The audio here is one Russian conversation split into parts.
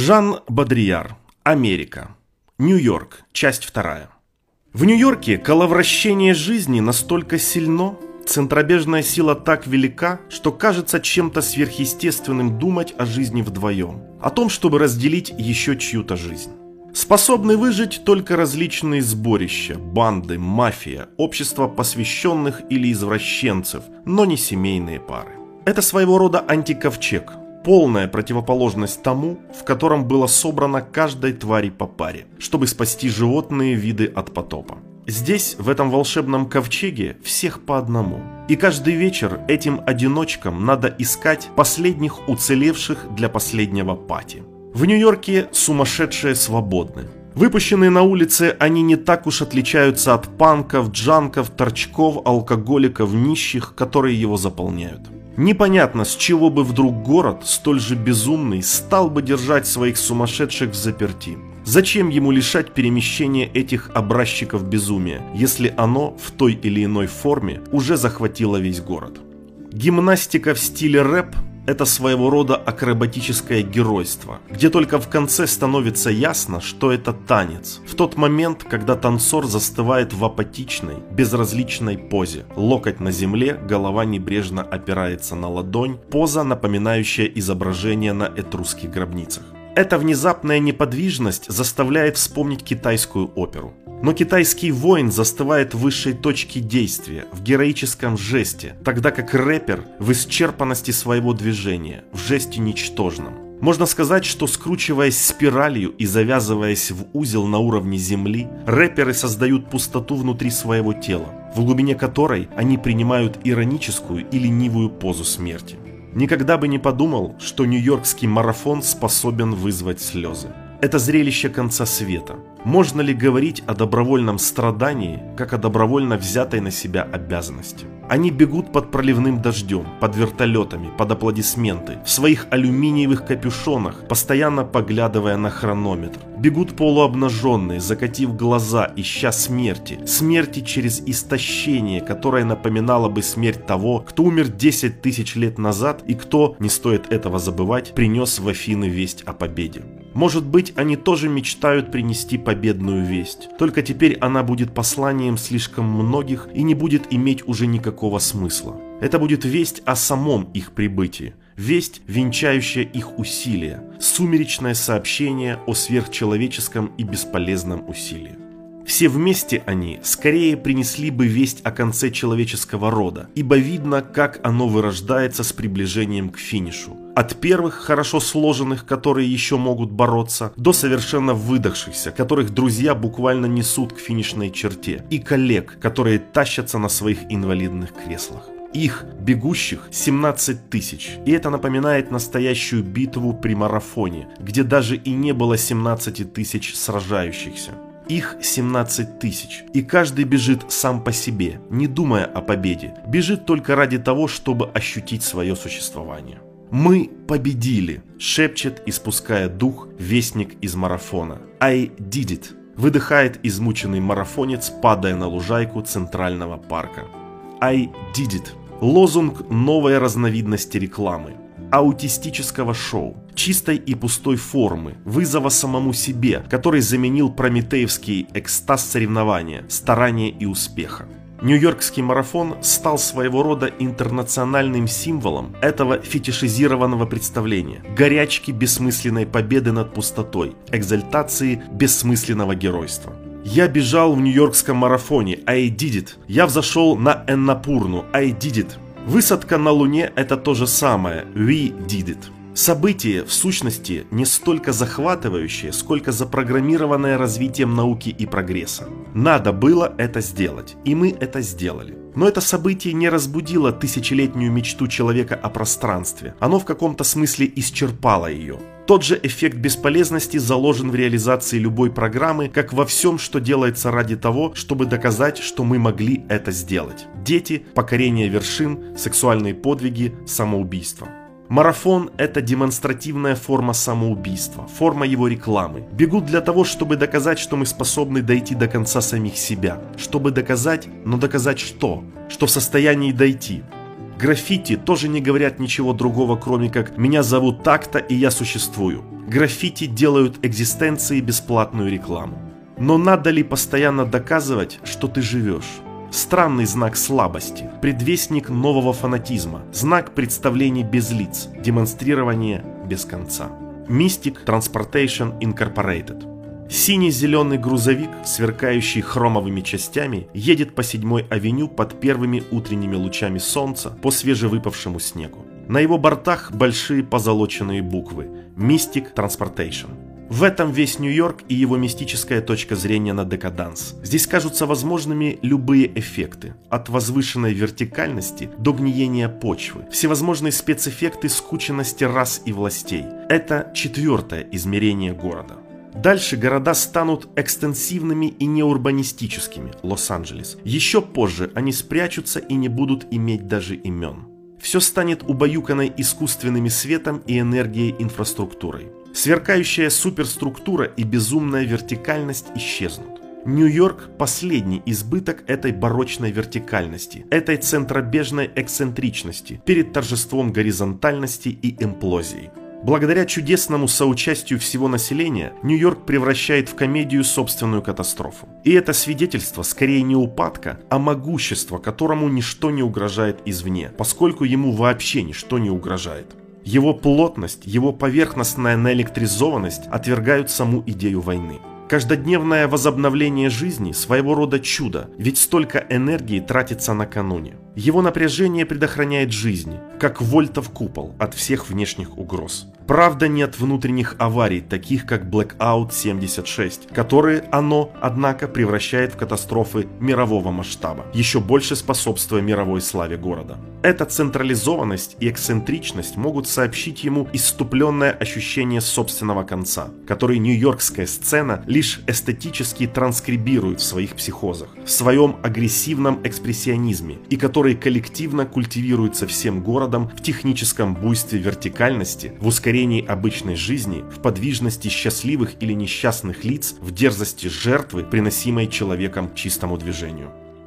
Жан Бодрияр. Америка. Нью-Йорк. Часть 2. В Нью-Йорке коловращение жизни настолько сильно, центробежная сила так велика, что кажется чем-то сверхъестественным думать о жизни вдвоем, о том, чтобы разделить еще чью-то жизнь. Способны выжить только различные сборища, банды, мафия, общество посвященных или извращенцев, но не семейные пары. Это своего рода антиковчег, полная противоположность тому, в котором было собрано каждой твари по паре, чтобы спасти животные виды от потопа. Здесь, в этом волшебном ковчеге, всех по одному. И каждый вечер этим одиночкам надо искать последних уцелевших для последнего пати. В Нью-Йорке сумасшедшие свободны. Выпущенные на улице, они не так уж отличаются от панков, джанков, торчков, алкоголиков, нищих, которые его заполняют. Непонятно, с чего бы вдруг город, столь же безумный, стал бы держать своих сумасшедших взаперти. Зачем ему лишать перемещения этих образчиков безумия, если оно в той или иной форме уже захватило весь город? Гимнастика в стиле рэп – это своего рода акробатическое геройство, где только в конце становится ясно, что это танец. В тот момент, когда танцор застывает в апатичной, безразличной позе. Локоть на земле, голова небрежно опирается на ладонь, поза, напоминающая изображение на этрусских гробницах. Эта внезапная неподвижность заставляет вспомнить китайскую оперу. Но китайский воин застывает в высшей точке действия, в героическом жесте, тогда как рэпер в исчерпанности своего движения, в жесте ничтожном. Можно сказать, что скручиваясь спиралью и завязываясь в узел на уровне земли, рэперы создают пустоту внутри своего тела, в глубине которой они принимают ироническую и ленивую позу смерти. Никогда бы не подумал, что нью-йоркский марафон способен вызвать слезы. Это зрелище конца света. Можно ли говорить о добровольном страдании, как о добровольно взятой на себя обязанности? Они бегут под проливным дождем, под вертолетами, под аплодисменты, в своих алюминиевых капюшонах, постоянно поглядывая на хронометр. Бегут полуобнаженные, закатив глаза, ища смерти. Смерти через истощение, которое напоминало бы смерть того, кто умер 10 тысяч лет назад и кто, не стоит этого забывать, принес в Афины весть о победе. Может быть, они тоже мечтают принести победную весть. Только теперь она будет посланием слишком многих и не будет иметь уже никакого смысла. Это будет весть о самом их прибытии. Весть, венчающая их усилия. Сумеречное сообщение о сверхчеловеческом и бесполезном усилии. Все вместе они скорее принесли бы весть о конце человеческого рода, ибо видно, как оно вырождается с приближением к финишу. От первых, хорошо сложенных, которые еще могут бороться, до совершенно выдохшихся, которых друзья буквально несут к финишной черте, и коллег, которые тащатся на своих инвалидных креслах. Их, бегущих, 17 тысяч, и это напоминает настоящую битву при марафоне, где даже и не было 17 тысяч сражающихся. Их 17 тысяч, и каждый бежит сам по себе, не думая о победе, бежит только ради того, чтобы ощутить свое существование. «Мы победили!» – шепчет, испуская дух, вестник из марафона. «I did it!» – выдыхает измученный марафонец, падая на лужайку Центрального парка. «I did it!» – лозунг новой разновидности рекламы. Аутистического шоу, чистой и пустой формы, вызова самому себе, который заменил прометеевский экстаз соревнования, старания и успеха. Нью-Йоркский марафон стал своего рода интернациональным символом этого фетишизированного представления, горячки бессмысленной победы над пустотой, экзальтации бессмысленного геройства. Я бежал в нью-йоркском марафоне, I did it. Я взошел на Эннапурну, I did it. Высадка на Луне – это то же самое, we did it. Событие, в сущности, не столько захватывающее, сколько запрограммированное развитием науки и прогресса. Надо было это сделать, и мы это сделали. Но это событие не разбудило тысячелетнюю мечту человека о пространстве, оно в каком-то смысле исчерпало ее. Тот же эффект бесполезности заложен в реализации любой программы, как во всем, что делается ради того, чтобы доказать, что мы могли это сделать. Дети, покорение вершин, сексуальные подвиги, самоубийство. Марафон – это демонстративная форма самоубийства, форма его рекламы. Бегут для того, чтобы доказать, что мы способны дойти до конца самих себя. Чтобы доказать, но доказать что? Что в состоянии дойти. Граффити тоже не говорят ничего другого, кроме как «меня зовут так-то и я существую». Граффити делают экзистенции бесплатную рекламу. Но надо ли постоянно доказывать, что ты живешь? Странный знак слабости, предвестник нового фанатизма, знак представлений без лиц, демонстрирование без конца. Mystic Transportation Incorporated. Синий-зеленый грузовик, сверкающий хромовыми частями, едет по 7-й авеню под первыми утренними лучами солнца по свежевыпавшему снегу. На его бортах большие позолоченные буквы Mystic Transportation. В этом весь Нью-Йорк и его мистическая точка зрения на декаданс. Здесь кажутся возможными любые эффекты, от возвышенной вертикальности до гниения почвы, всевозможные спецэффекты скученности рас и властей. Это 4-е измерение города. Дальше города станут экстенсивными и неурбанистическими, Лос-Анджелес. Еще позже они спрячутся и не будут иметь даже имен. Все станет убаюканной искусственным светом и энергией инфраструктурой. Сверкающая суперструктура и безумная вертикальность исчезнут. Нью-Йорк – последний избыток этой барочной вертикальности, этой центробежной эксцентричности перед торжеством горизонтальности и имплозией. Благодаря чудесному соучастию всего населения, Нью-Йорк превращает в комедию собственную катастрофу. И это свидетельство скорее не упадка, а могущества, которому ничто не угрожает извне, поскольку ему вообще ничто не угрожает. Его плотность, его поверхностная наэлектризованность отвергают саму идею войны. Каждодневное возобновление жизни – своего рода чудо, ведь столько энергии тратится накануне. Его напряжение предохраняет жизни, как вольтов купол от всех внешних угроз. Правда, нет внутренних аварий, таких как Blackout 76, которые оно, однако, превращает в катастрофы мирового масштаба, еще больше способствуя мировой славе города. Эта централизованность и эксцентричность могут сообщить ему исступленное ощущение собственного конца, который нью-йоркская сцена лишь эстетически транскрибирует в своих психозах, в своем агрессивном экспрессионизме, и который коллективно культивируется всем городом в техническом буйстве вертикальности, в ускорении обычной жизни, в подвижности счастливых или несчастных лиц, в дерзости жертвы, приносимой человеком чистому движению.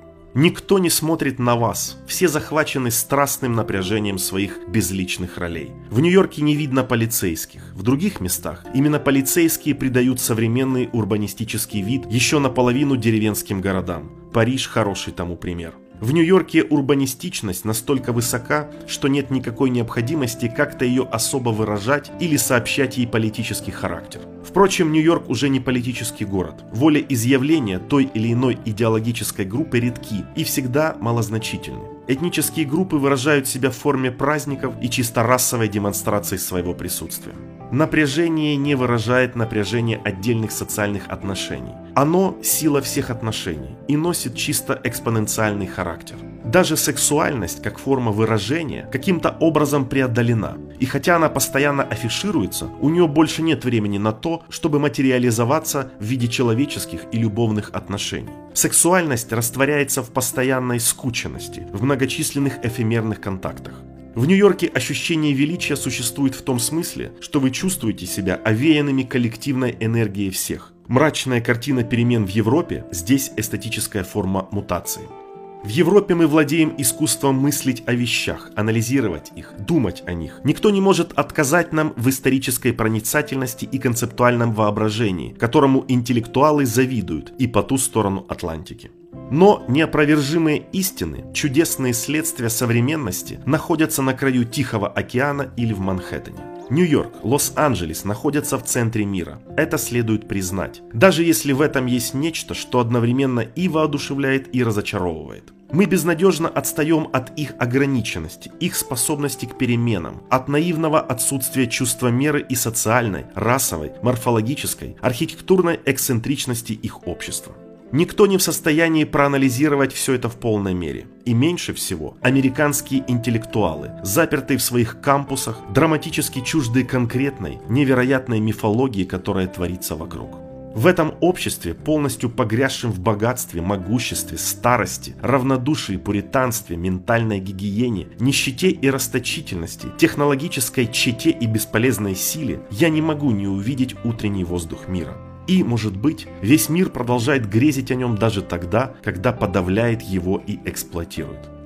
Никто не смотрит на вас, все захвачены страстным напряжением своих безличных ролей. В Нью-Йорке не видно полицейских, в других местах именно полицейские придают современный урбанистический вид еще наполовину деревенским городам. Париж хороший тому пример. В Нью-Йорке урбанистичность настолько высока, что нет никакой необходимости как-то ее особо выражать или сообщать ей политический характер. Впрочем, Нью-Йорк уже не политический город. Волеизъявления той или иной идеологической группы редки и всегда малозначительны. Этнические группы выражают себя в форме праздников и чисто расовой демонстрации своего присутствия. Напряжение не выражает напряжение отдельных социальных отношений. Оно – сила всех отношений и носит чисто экспоненциальный характер. Даже сексуальность, как форма выражения, каким-то образом преодолена. И хотя она постоянно афишируется, у нее больше нет времени на то, чтобы материализоваться в виде человеческих и любовных отношений. Сексуальность растворяется в постоянной скученности, в многочисленных эфемерных контактах. В Нью-Йорке ощущение величия существует в том смысле, что вы чувствуете себя овеянными коллективной энергией всех. Мрачная картина перемен в Европе – здесь эстетическая форма мутации. В Европе мы владеем искусством мыслить о вещах, анализировать их, думать о них. Никто не может отказать нам в исторической проницательности и концептуальном воображении, которому интеллектуалы завидуют и по ту сторону Атлантики. Но неопровержимые истины, чудесные следствия современности находятся на краю Тихого океана или в Манхэттене. Нью-Йорк, Лос-Анджелес находятся в центре мира. Это следует признать. Даже если в этом есть нечто, что одновременно и воодушевляет, и разочаровывает. Мы безнадежно отстаем от их ограниченности, их способности к переменам, от наивного отсутствия чувства меры и социальной, расовой, морфологической, архитектурной эксцентричности их общества. Никто не в состоянии проанализировать все это в полной мере. И меньше всего американские интеллектуалы, запертые в своих кампусах, драматически чуждые конкретной, невероятной мифологии, которая творится вокруг. В этом обществе, полностью погрязшем в богатстве, могуществе, старости, равнодушии, пуританстве, ментальной гигиене, нищете и расточительности, технологической чете и бесполезной силе, я не могу не увидеть утренний воздух мира. И, может быть, весь мир продолжает грезить о нем даже тогда, когда подавляет его и эксплуатирует.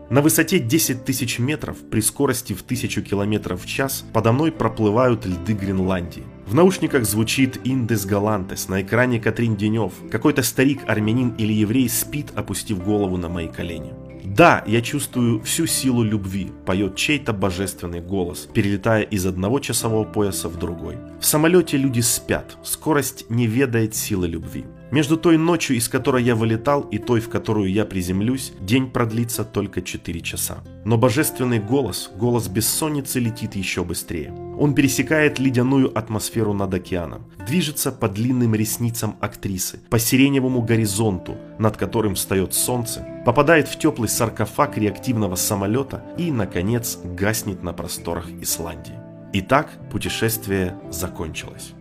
На высоте 10 тысяч метров при скорости в 1000 км в час подо мной проплывают льды Гренландии. В наушниках звучит «Индес Галантес», на экране Катрин Денев. Какой-то старик, армянин или еврей спит, опустив голову на мои колени. Да, я чувствую всю силу любви, поет чей-то божественный голос, перелетая из одного часового пояса в другой. В самолете люди спят, скорость не ведает силы любви. Между той ночью, из которой я вылетал, и той, в которую я приземлюсь, день продлится только 4 часа. Но божественный голос, голос бессонницы, летит еще быстрее. Он пересекает ледяную атмосферу над океаном, движется по длинным ресницам актрисы, по сиреневому горизонту, над которым встает солнце, попадает в теплый саркофаг реактивного самолета и, наконец, гаснет на просторах Исландии. Итак, путешествие закончилось.